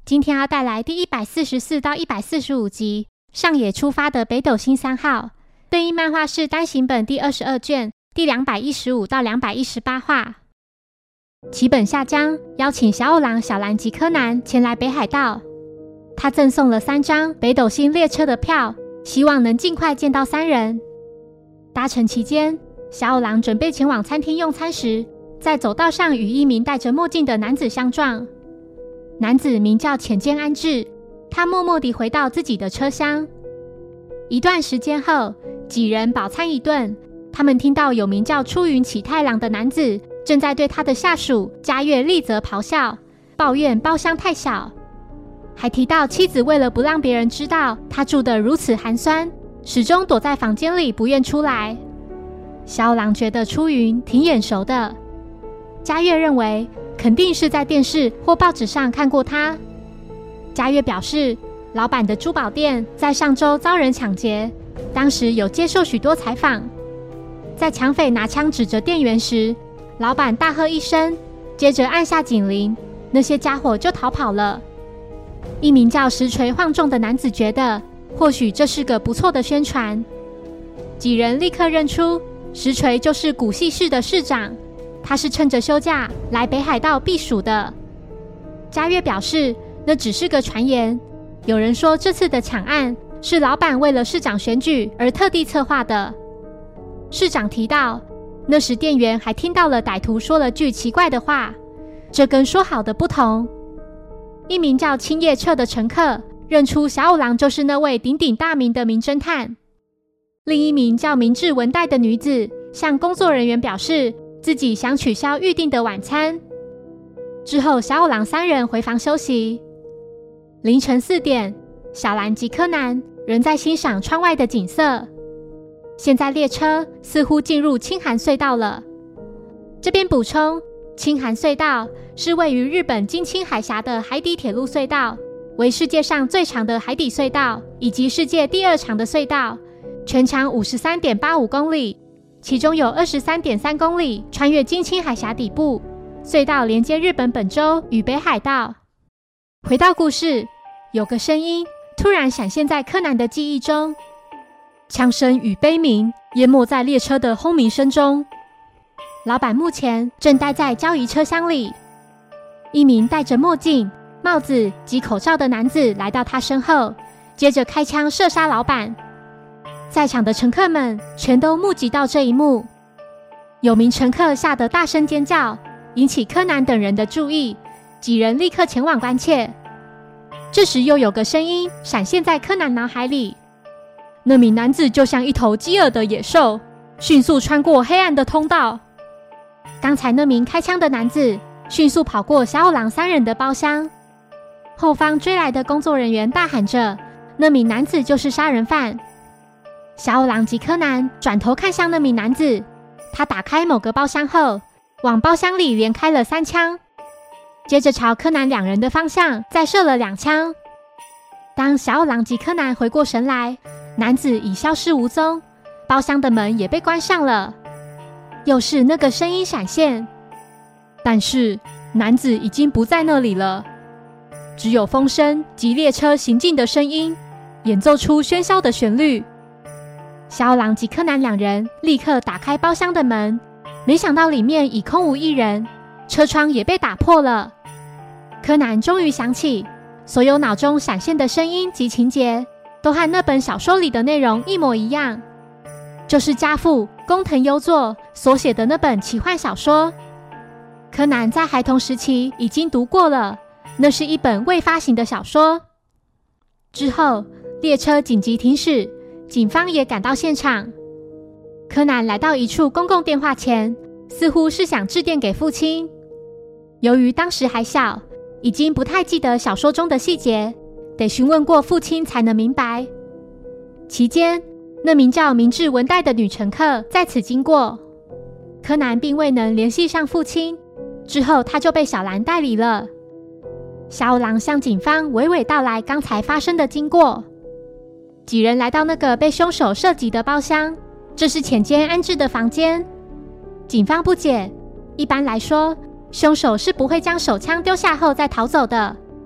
今天要带来第144到145集上野出发的北斗星3号，对应漫画是单行本第22卷第215到218话。崎本下江邀请小五郎、小兰及柯南前来北海道，他赠送了3张北斗星列车的票，希望能尽快见到3人。搭乘期间，小五郎准备前往餐厅用餐时，在走道上与一名戴着墨镜的男子相撞。男子名叫浅见安治，他默默地回到自己的车厢。一段时间后，几人饱餐一顿，他们听到有名叫出云启太郎的男子正在对他的下属加月利泽咆哮，抱怨包厢太小，还提到妻子为了不让别人知道他住得如此寒酸，始终躲在房间里不愿出来。小五郎觉得出云挺眼熟的，加月认为肯定是在电视或报纸上看过他。加月表示，老板的珠宝店在上周遭人抢劫，当时有接受许多采访。在抢匪拿枪指着店员时，老板大喝一声，接着按下警铃，那些家伙就逃跑了。一名叫石锤晃重的男子觉得，或许这是个不错的宣传。几人立刻认出石锤就是古系市的市长，他是趁着休假来北海道避暑的。加月表示，那只是个传言，有人说这次的抢案是老板为了市长选举而特地策划的。市长提到，那时店员还听到了歹徒说了句奇怪的话，这跟说好的不同。一名叫青叶彻的乘客认出小五郎就是那位鼎鼎大名的名侦探。另一名叫明智文代的女子向工作人员表示自己想取消预定的晚餐。之后小五郎3人回房休息。凌晨4点，小兰及柯南仍在欣赏窗外的景色。现在列车似乎进入青函隧道了。这边补充，青函隧道是位于日本津轻海峡的海底铁路隧道，为世界上最长的海底隧道，以及世界第2长的隧道，全长 53.85 公里，其中有 23.3 公里穿越津轻海峡底部。隧道连接日本本州与北海道。回到故事，有个声音突然闪现在柯南的记忆中，枪声与悲鸣淹没在列车的轰鸣声中。老板目前正待在交易车厢里。一名戴着墨镜、帽子及口罩的男子来到他身后，接着开枪射杀老板。在场的乘客们全都目击到这一幕，有名乘客吓得大声尖叫，引起柯南等人的注意，几人立刻前往关切。这时又有个声音闪现在柯南脑海里，那名男子就像一头饥饿的野兽，迅速穿过黑暗的通道。刚才那名开枪的男子迅速跑过小五郎3人的包厢，后方追来的工作人员大喊着，那名男子就是杀人犯。小五郎及柯南转头看向那名男子，他打开某个包厢后，往包厢里连开了3枪，接着朝柯南2人的方向再射了2枪。当小五郎及柯南回过神来，男子已消失无踪，包厢的门也被关上了。又是那个声音闪现，但是男子已经不在那里了，只有风声及列车行进的声音演奏出喧嚣的旋律。小五郎及柯南2人立刻打开包厢的门，没想到里面已空无一人，车窗也被打破了。柯南终于想起，所有脑中闪现的声音及情节都和那本小说里的内容一模一样，就是家父工藤优作所写的那本奇幻小说。柯南在孩童时期已经读过了，那是一本未发行的小说。之后列车紧急停驶，警方也赶到现场。柯南来到一处公共电话前，似乎是想致电给父亲。由于当时还小，已经不太记得小说中的细节，得询问过父亲才能明白。期间，那名叫明智文代的女乘客在此经过，柯南并未能联系上父亲，之后他就被小兰带离了。小五郎向警方娓娓道来刚才发生的经过。几人来到那个被凶手射击的包厢，这是浅间安置的房间。警方不解，一般来说，凶手是不会将手枪丢下后再逃走的，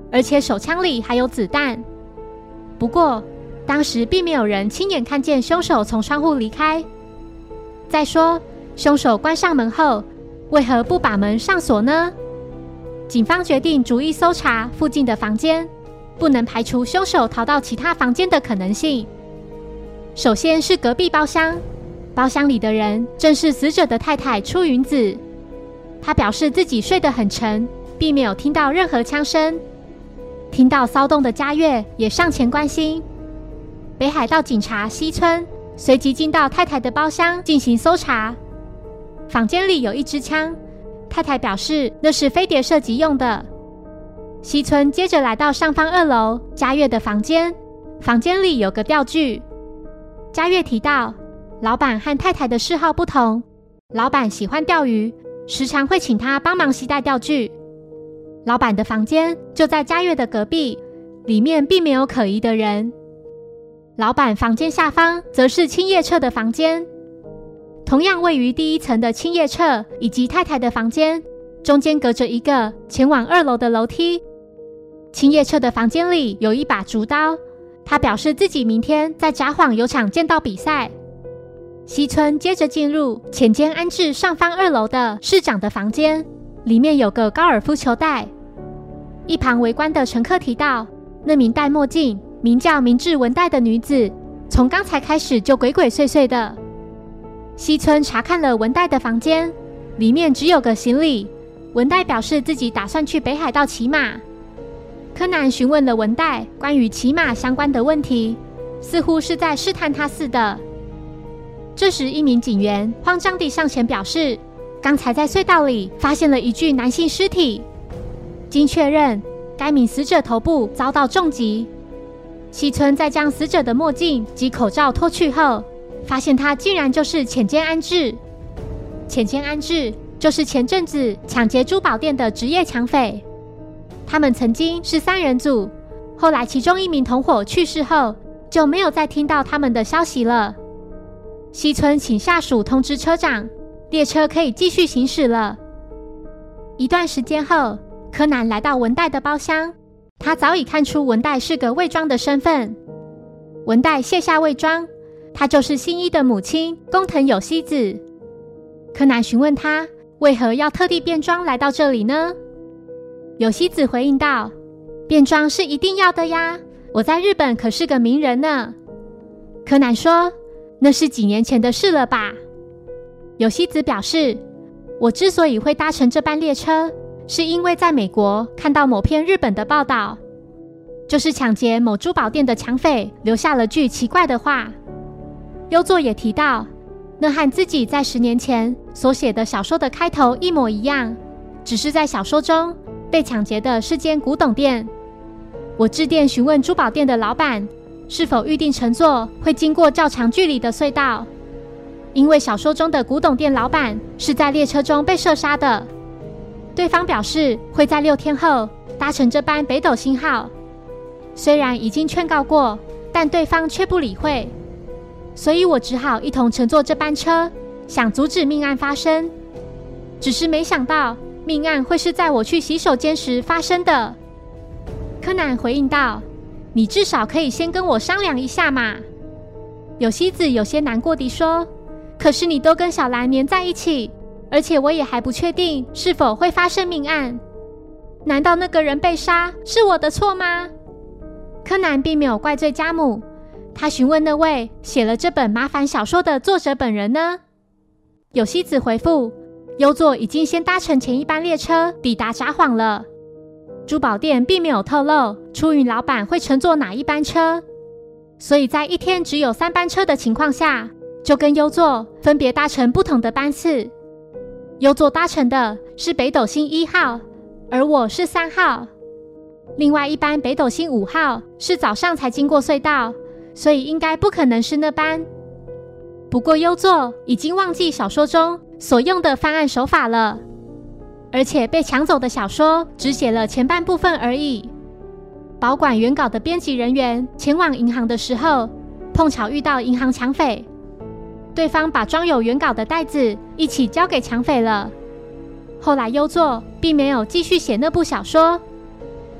而且手枪里还有子弹。不过当时并没有人亲眼看见凶手从窗户离开。再说，凶手关上门后，为何不把门上锁呢？警方决定逐一搜查附近的房间，不能排除凶手逃到其他房间的可能性。首先是隔壁包厢，包厢里的人正是死者的太太出云子。她表示自己睡得很沉，并没有听到任何枪声。听到骚动的嘉悦也上前关心。北海道警察西村随即进到太太的包厢进行搜查。房间里有一支枪，太太表示那是飞碟射击用的。西村接着来到上方2楼嘉悦的房间，房间里有个钓具。嘉悦提到，老板和太太的嗜好不同，老板喜欢钓鱼，时常会请他帮忙携带钓具。老板的房间就在嘉悦的隔壁，里面并没有可疑的人。老板房间下方则是青叶彻的房间，同样位于第1层的青叶彻以及太太的房间中间隔着一个前往2楼的楼梯。青叶彻的房间里有一把竹刀，他表示自己明天在札幌有场剑道比赛。西村接着进入浅间安置上方2楼的市长的房间，里面有个高尔夫球袋。一旁围观的乘客提到，那名戴墨镜名叫明治文代的女子从刚才开始就鬼鬼祟祟的。西村查看了文代的房间，里面只有个行李。文代表示自己打算去北海道骑马。柯南询问了文代关于骑马相关的问题，似乎是在试探他似的。这时一名警员慌张地上前表示，刚才在隧道里发现了一具男性尸体。经确认，该名死者头部遭到重击。西村在将死者的墨镜及口罩脱去后，发现他竟然就是浅间安治。浅间安治就是前阵子抢劫珠宝店的职业抢匪。他们曾经是3人组，后来其中1名同伙去世后，就没有再听到他们的消息了。西村请下属通知车长，列车可以继续行驶了。一段时间后，柯南来到文代的包厢，他早已看出文代是个伪装的身份。文代卸下伪装，他就是新一的母亲工藤有希子。柯南询问他为何要特地变装来到这里呢？有希子回应道，变装是一定要的呀，我在日本可是个名人呢。柯南说，那是几年前的事了吧。有希子表示，我之所以会搭乘这班列车，是因为在美国看到某篇日本的报道，就是抢劫某珠宝店的抢匪留下了句奇怪的话。优作也提到，那和自己在10年前所写的小说的开头一模一样，只是在小说中被抢劫的是间古董店。我致电询问珠宝店的老板，是否预定乘坐会经过较长距离的隧道，因为小说中的古董店老板是在列车中被射杀的。对方表示会在6天后搭乘这班北斗星号。虽然已经劝告过，但对方却不理会，所以我只好一同乘坐这班车，想阻止命案发生。只是没想到命案会是在我去洗手间时发生的。柯南回应道，你至少可以先跟我商量一下嘛。有希子有些难过地说，可是你都跟小兰黏在一起，而且我也还不确定是否会发生命案。难道那个人被杀是我的错吗？柯南并没有怪罪家母，他询问那位写了这本麻烦小说的作者本人呢？有希子回复，优作已经先搭乘前一班列车抵达札幌了。珠宝店并没有透露出云老板会乘坐哪一班车，所以在1天只有3班车的情况下，就跟优作分别搭乘不同的班次。优作搭乘的是北斗星1号，而我是3号。另外一班北斗星5号是早上才经过隧道，所以应该不可能是那班。不过优作已经忘记小说中所用的犯案手法了，而且被抢走的小说只写了前半部分而已。保管原稿的编辑人员前往银行的时候，碰巧遇到银行抢匪，对方把装有原稿的袋子一起交给抢匪了。后来优作并没有继续写那部小说。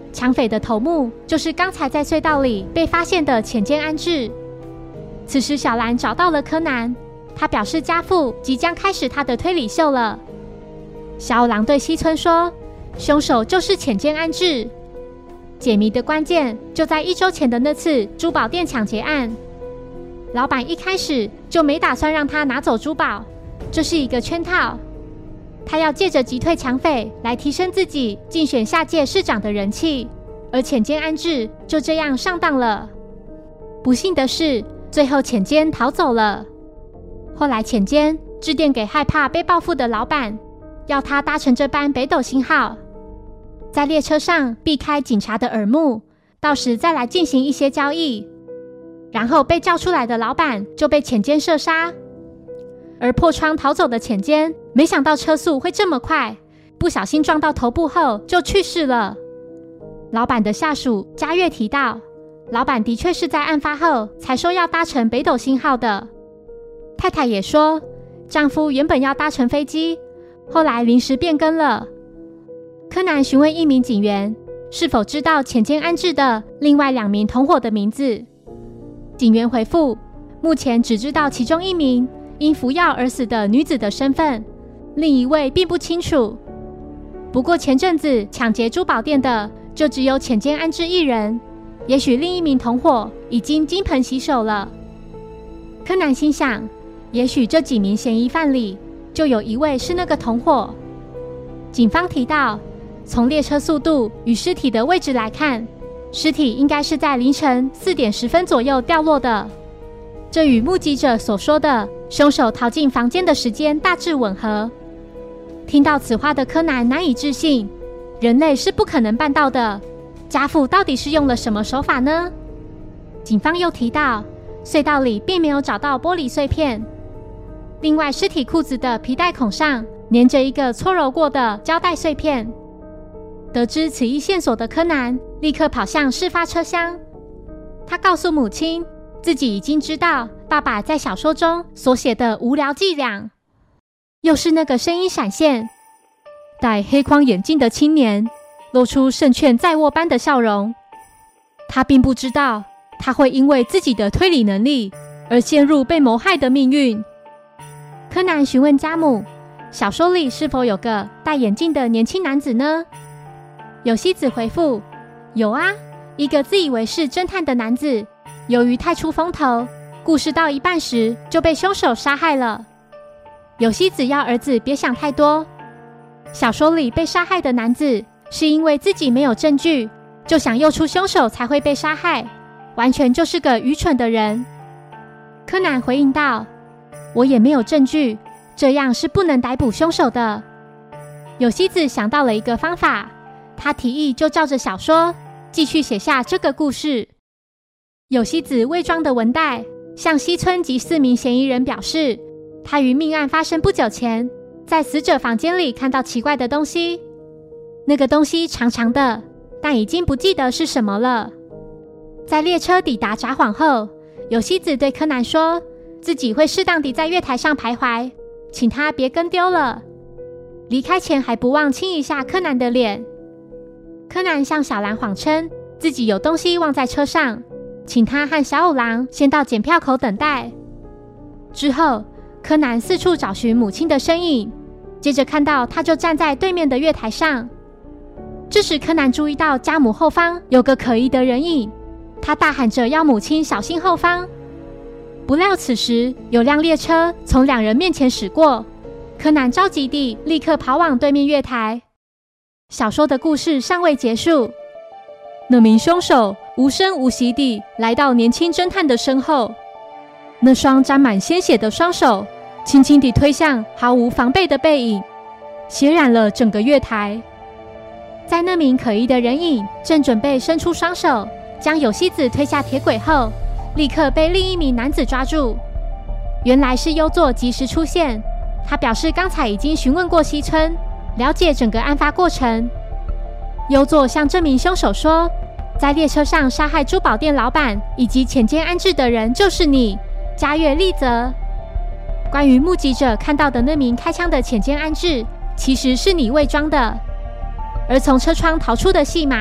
抢匪的头目就是刚才在隧道里被发现的浅间安治。此时小兰找到了柯南，他表示家父即将开始他的推理秀了。小五郎对西村说，凶手就是浅间安治。解谜的关键就在1周前的那次珠宝店抢劫案。老板一开始就没打算让他拿走珠宝，这是一个圈套。他要借着击退抢匪来提升自己竞选下届市长的人气，而浅间安治就这样上当了。不幸的是，最后浅间逃走了。后来浅间致电给害怕被报复的老板，要他搭乘这班北斗星号，在列车上避开警察的耳目，到时再来进行一些交易。然后被叫出来的老板就被浅间射杀。而破窗逃走的浅间没想到车速会这么快，不小心撞到头部后就去世了。老板的下属嘉月提到，老板的确是在案发后才说要搭乘北斗星号的。太太也说，丈夫原本要搭乘飞机，后来临时变更了。柯南询问一名警员是否知道浅间安治的另外2名同伙的名字。警员回复，目前只知道其中1名因服药而死的女子的身份，另一位并不清楚。不过前阵子抢劫珠宝店的就只有浅间安治1人，也许另1名同伙已经金盆洗手了。柯南心想，也许这几名嫌疑犯里就有1位是那个同伙。警方提到，从列车速度与尸体的位置来看，尸体应该是在凌晨4点10分左右掉落的，这与目击者所说的凶手逃进房间的时间大致吻合。听到此话的柯南难以置信，人类是不可能办到的，家父到底是用了什么手法呢？警方又提到，隧道里并没有找到玻璃碎片，另外尸体裤子的皮带孔上粘着一个搓揉过的胶带碎片。得知此一线索的柯南立刻跑向事发车厢，他告诉母亲，自己已经知道爸爸在小说中所写的无聊伎俩。又是那个声音闪现，戴黑框眼镜的青年露出胜券在握般的笑容。他并不知道他会因为自己的推理能力而陷入被谋害的命运。柯南询问家母，小说里是否有个戴眼镜的年轻男子呢？有希子回复，有啊，一个自以为是侦探的男子，由于太出风头，故事到一半时就被凶手杀害了。有希子要儿子别想太多，小说里被杀害的男子是因为自己没有证据，就想诱出凶手才会被杀害，完全就是个愚蠢的人。柯南回应道，我也没有证据，这样是不能逮捕凶手的。有希子想到了一个方法，他提议就照着小说继续写下这个故事。有希子伪装的文代向西村及4名嫌疑人表示，他于命案发生不久前在死者房间里看到奇怪的东西，那个东西长长的，但已经不记得是什么了。在列车抵达札幌后，有希子对柯南说，自己会适当地在月台上徘徊，请他别跟丢了。离开前还不忘亲一下柯南的脸。柯南向小兰谎称自己有东西忘在车上，请他和小五郎先到检票口等待。之后柯南四处找寻母亲的身影，接着看到她就站在对面的月台上。这时柯南注意到家母后方有个可疑的人影，他大喊着要母亲小心后方。不料此时有辆列车从2人面前驶过，柯南着急地立刻跑往对面月台。小说的故事尚未结束，那名凶手无声无息地来到年轻侦探的身后，那双沾满鲜血的双手轻轻地推向毫无防备的背影，血染了整个月台。在那名可疑的人影正准备伸出双手将有希子推下铁轨后，立刻被另一名男子抓住。原来是优作及时出现，他表示刚才已经询问过西村，了解整个案发过程。优作向这名凶手说，在列车上杀害珠宝店老板以及浅间安治的人就是你，加月利泽。关于目击者看到的那名开枪的浅间安治，其实是你伪装的。而从车窗逃出的细马，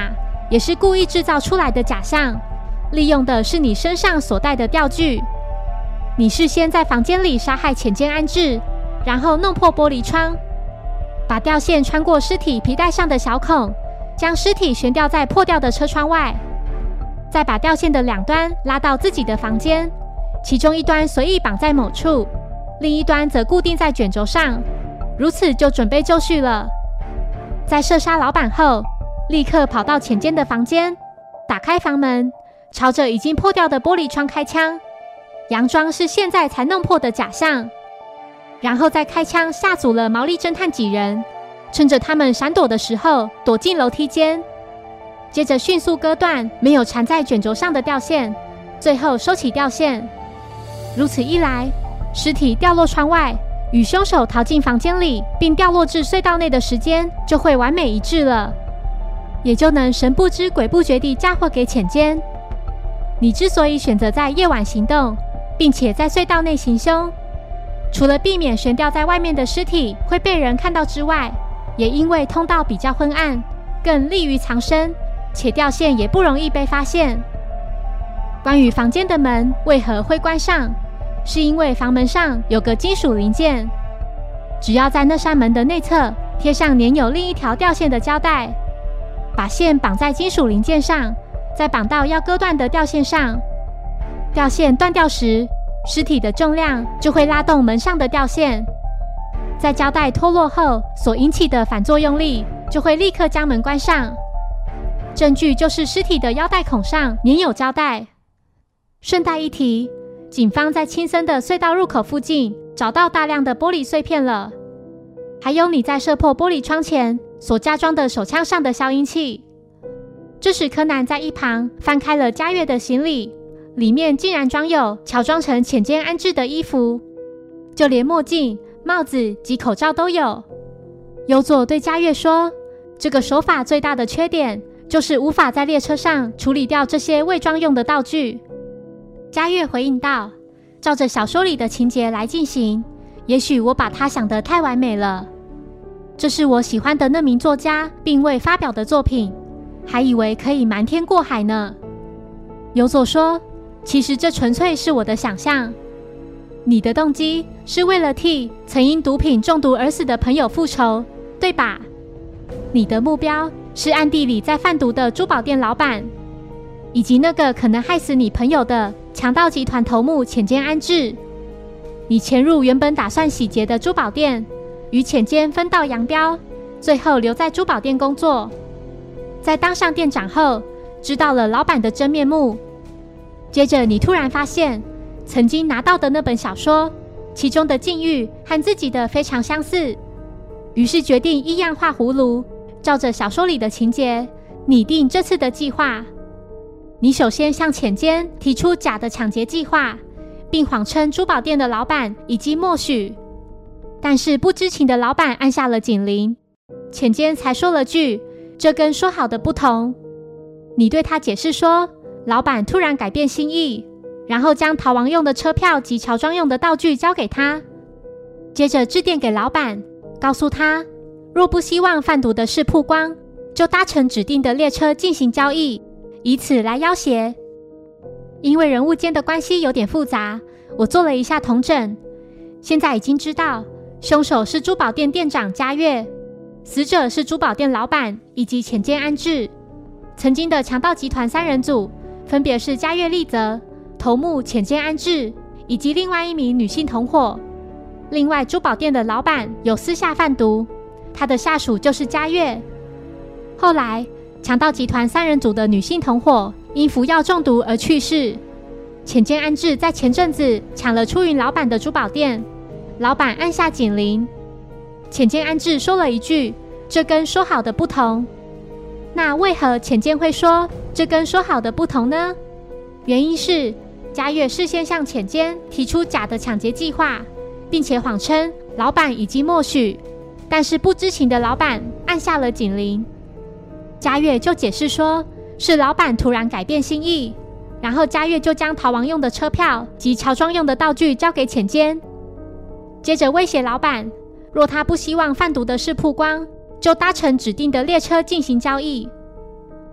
也是故意制造出来的假象，利用的是你身上所带的吊具。你事先在房间里杀害浅间安治，然后弄破玻璃窗，把吊线穿过尸体皮带上的小孔，将尸体悬吊在破掉的车窗外，再把吊线的两端拉到自己的房间，其中一端随意绑在某处，另一端则固定在卷轴上，如此就准备就绪了。在射杀老板后，立刻跑到浅间的房间，打开房门，朝着已经破掉的玻璃窗开枪，佯装是现在才弄破的假象，然后再开枪吓阻了毛利侦探几人，趁着他们闪躲的时候躲进楼梯间，接着迅速割断没有缠在卷轴上的吊线，最后收起吊线。如此一来，尸体掉落窗外与凶手逃进房间里并掉落至隧道内的时间就会完美一致了，也就能神不知鬼不觉地嫁祸给浅间。你之所以选择在夜晚行动，并且在隧道内行凶，除了避免悬吊在外面的尸体会被人看到之外，也因为通道比较昏暗，更利于藏身，且吊线也不容易被发现。关于房间的门为何会关上，是因为房门上有个金属零件，只要在那扇门的内侧贴上粘有另一条吊线的胶带，把线绑在金属零件上，再绑到要割断的吊线上。吊线断掉时，尸体的重量就会拉动门上的吊线，在胶带脱落后所引起的反作用力就会立刻将门关上。证据就是尸体的腰带孔上粘有胶带。顺带一提，警方在青森的隧道入口附近找到大量的玻璃碎片了，还有你在射破玻璃窗前所加装的手枪上的消音器。这时柯南在一旁翻开了佳月的行李，里面竟然装有乔装成浅间安治的衣服，就连墨镜、帽子及口罩都有。优作对佳月说，这个手法最大的缺点就是无法在列车上处理掉这些伪装用的道具。佳月回应道，照着小说里的情节来进行，也许我把它想得太完美了。这是我喜欢的那名作家并未发表的作品，还以为可以瞒天过海呢。优作说，其实这纯粹是我的想象。你的动机是为了替曾因毒品中毒而死的朋友复仇，对吧？你的目标是暗地里在贩毒的珠宝店老板，以及那个可能害死你朋友的强盗集团头目浅间安治。你潜入原本打算洗劫的珠宝店，与浅间分道扬镳，最后留在珠宝店工作。在当上店长后，知道了老板的真面目。接着你突然发现，曾经拿到的那本小说，其中的境遇和自己的非常相似，于是决定依样画葫芦，照着小说里的情节，拟定这次的计划。你首先向浅间提出假的抢劫计划，并谎称珠宝店的老板已经默许，但是不知情的老板按下了警铃，浅间才说了句，这跟说好的不同。你对他解释说，老板突然改变心意，然后将逃亡用的车票及乔装用的道具交给他，接着致电给老板，告诉他若不希望贩毒的事曝光，就搭乘指定的列车进行交易，以此来要挟。因为人物间的关系有点复杂，我做了一下统整，现在已经知道凶手是珠宝店店长佳月，死者是珠宝店老板以及浅间安治。曾经的强盗集团三人组分别是佳月利泽、头目浅间安治以及另外一名女性同伙。另外珠宝店的老板有私下贩毒，他的下属就是佳月。后来强盗集团三人组的女性同伙因服药中毒而去世。浅间安治在前阵子抢了出云老板的珠宝店，老板按下警铃，浅间安治说了一句，这跟说好的不同。那为何浅间会说这跟说好的不同呢？原因是佳月事先向浅间提出假的抢劫计划，并且谎称老板已经默许，但是不知情的老板按下了警铃。佳月就解释说是老板突然改变心意，然后佳月就将逃亡用的车票及乔装用的道具交给浅间，接着威胁老板，若他不希望贩毒的事曝光，就搭乘指定的列车进行交易。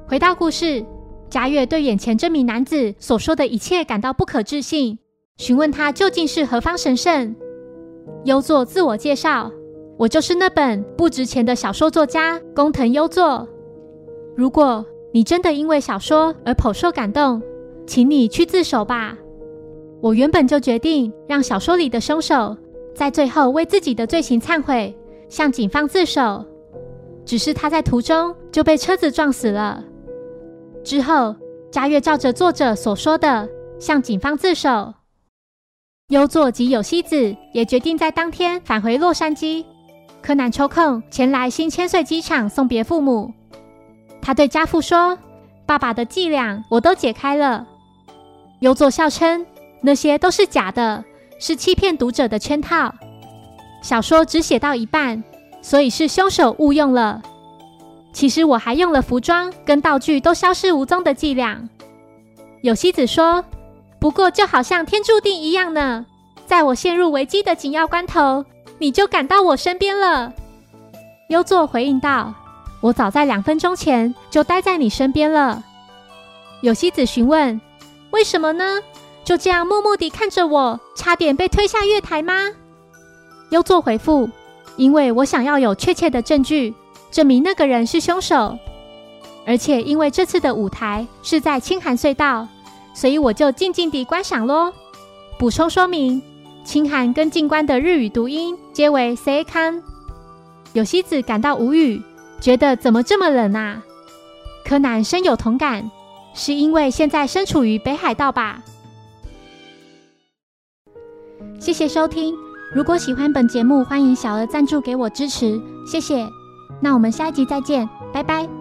回到故事，嘉月对眼前这名男子所说的一切感到不可置信，询问他究竟是何方神圣。优作自我介绍：我就是那本不值钱的小说作家工藤优作。如果你真的因为小说而颇受感动，请你去自首吧。我原本就决定让小说里的凶手在最后为自己的罪行忏悔，向警方自首，只是他在途中就被车子撞死了。之后嘉月照着作者所说的向警方自首。优作及有希子也决定在当天返回洛杉矶。柯南抽空前来新千岁机场送别父母。他对家父说：爸爸的伎俩我都解开了。优作笑称那些都是假的，是欺骗读者的圈套。小说只写到一半，所以是凶手误用了。其实我还用了服装跟道具都消失无踪的伎俩。有希子说：不过就好像天注定一样呢，在我陷入危机的紧要关头，你就赶到我身边了。优作回应道：我早在2分钟前就待在你身边了。有希子询问：为什么呢？就这样默默地看着我，差点被推下月台吗？优作回复：因为我想要有确切的证据证明那个人是凶手，而且因为这次的舞台是在清寒隧道，所以我就静静地观赏咯。补充说明：清寒跟静观的日语读音皆为 seikan。 有希子感到无语，觉得怎么这么冷啊？柯南深有同感，是因为现在身处于北海道吧。谢谢收听，如果喜欢本节目，欢迎小额赞助给我支持，谢谢。那我们下一集再见，拜拜。